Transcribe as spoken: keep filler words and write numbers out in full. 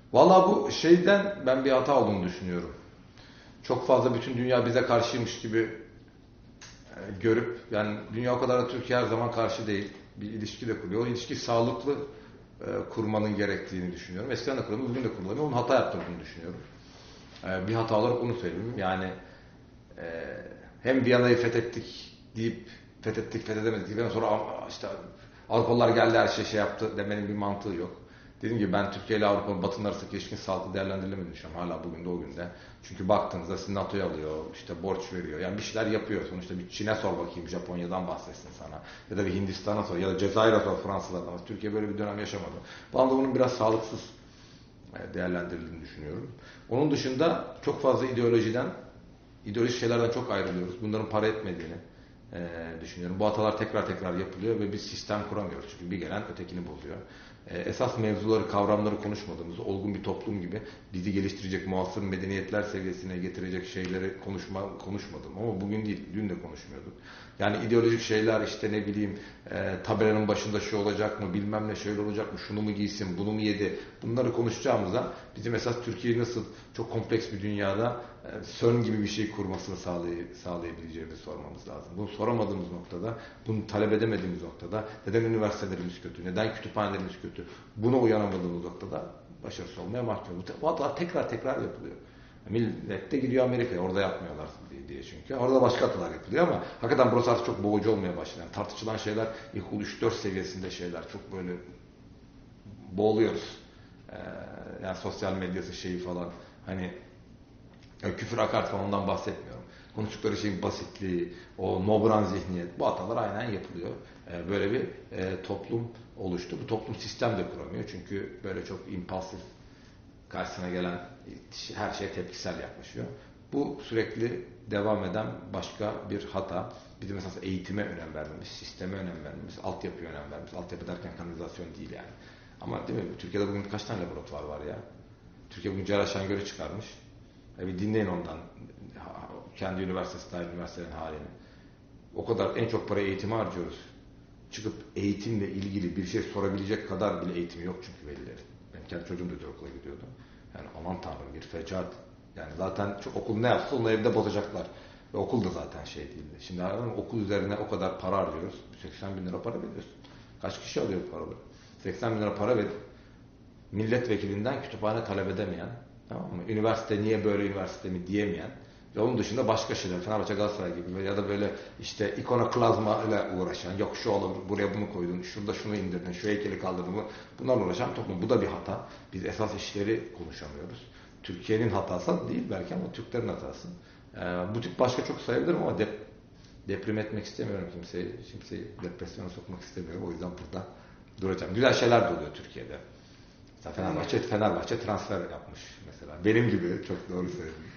Valla bu şeyden ben bir hata olduğunu düşünüyorum. Çok fazla bütün dünya bize karşıymış gibi e, görüp, yani dünya o kadar da Türkiye her zaman karşı değil. Bir ilişki de kuruyor. O ilişki sağlıklı e, kurmanın gerektiğini düşünüyorum. Eskiden de kurulmuyor, bugün de kurulamıyor. Onun hata yaptığını düşünüyorum. E, bir hata olarak onu söyleyeyim. Yani e, hem Viyana'yı fethettik deyip fethettik fethedemedik deyip sonra işte Avrupalılar geldi her şey şey yaptı demenin bir mantığı yok. Dediğim gibi ben Türkiye ile Avrupa'nın Batı'nın arasındaki ilişkin sağlıklı değerlendirilemediğini düşünüyorum. Hala bugün de o günde. Çünkü baktığınızda sizi NATO'ya alıyor, işte borç veriyor. Yani bir şeyler yapıyor. Sonuçta bir Çin'e sor bakayım, Japonya'dan bahsetsin sana. Ya da bir Hindistan'a sor ya da Cezayir'e sor, Fransızlardan. Türkiye böyle bir dönem yaşamadı. Bu anda bunun biraz sağlıksız değerlendirildiğini düşünüyorum. Onun dışında çok fazla ideolojiden, ideolojik şeylerden çok ayrılıyoruz. Bunların para etmediğini e, düşünüyorum. Bu hatalar tekrar tekrar yapılıyor ve biz sistem kuramıyoruz. Çünkü bir gelen ötekini bozuyor. E, esas mevzuları, kavramları konuşmadığımız, olgun bir toplum gibi bizi geliştirecek, muasır medeniyetler seviyesine getirecek şeyleri konuşma, konuşmadım. Ama bugün değil, dün de konuşmuyorduk. Yani ideolojik şeyler, işte ne bileyim e, tabelanın başında şu olacak mı, bilmem ne şöyle olacak mı, şunu mu giysin, bunu mu yedi, bunları konuşacağımıza bizim esas Türkiye'yi nasıl çok kompleks bir dünyada e, CERN gibi bir şey kurmasını sağlay sağlayabileceğimizi sormamız lazım. Bunu soramadığımız noktada, bunu talep edemediğimiz noktada, neden üniversitelerimiz kötü, neden kütüphanelerimiz kötü, buna uyanamadığımız noktada başarısız olmaya mahkum. Bu hatalar tekrar tekrar yapılıyor. Millet de gidiyor Amerika'ya, orada yapmıyorlar diye çünkü. Orada başka hatalar yapılıyor ama hakikaten burası artık çok boğucu olmaya başladı. Yani tartışılan şeyler ilkokul üç dört seviyesinde şeyler. Çok böyle boğuluyoruz. Ee, yani sosyal medyası şeyi falan. Hani yani küfür hakaret falan ondan bahsetmiyorum. Konuştukları şeyin basitliği, o nobran zihniyet, bu hatalar aynen yapılıyor. Ee, böyle bir e, toplum oluştu. Bu toplum sistem de kuramıyor. Çünkü böyle çok impulsif, karşısına gelen her şeye tepkisel yaklaşıyor. Bu sürekli devam eden başka bir hata. Bizim esas eğitime önem vermemiz, sisteme önem vermemiz, altyapıya önem vermemiz. Altyapı derken kanalizasyon değil yani. Ama değil mi? Türkiye'de bugün kaç tane laboratuvar var ya? Türkiye bugün Celal Şengör'ü çıkarmış. E bir dinleyin ondan. Kendi üniversitesi dahil üniversitelerin halini. O kadar en çok para eğitime harcıyoruz. Çıkıp eğitimle ilgili bir şey sorabilecek kadar bile eğitimi yok çünkü velilerin. Benim kendi çocuğum da okula gidiyordu. Yani aman tanrım bir fecaat. Yani zaten çok okul ne yapsa onu evde bozacaklar. Ve okul da zaten şey değildi. Şimdi okul üzerine o kadar para harcıyoruz. seksen bin lira para veriyorsun. Kaç kişi alıyor bu paraları? seksen bin lira para verip milletvekilinden kütüphane talep edemeyen, tamam mı? Üniversite niye böyle üniversite mi diyemeyen ve onun dışında başka şeyler, Fenerbahçe Galatasaray gibi ya da böyle işte ikonoklazma ile uğraşan, yok şu olur, buraya bunu koydun, şurada şunu indirdin, şu heykeli kaldırdın, bunlarla uğraşan toplum. Bu da bir hata. Biz esas işleri konuşamıyoruz. Türkiye'nin hatası değil belki ama Türklerin hatası. Ee, bu tip başka çok sayabilirim ama dep deprem etmek istemiyorum kimseyi. Kimseyi depresyona sokmak istemiyorum. O yüzden burada duracağım. Güzel şeyler de oluyor Türkiye'de. Fenerbahçe, Fenerbahçe transfer yapmış mesela. Benim gibi, çok doğru söyledin.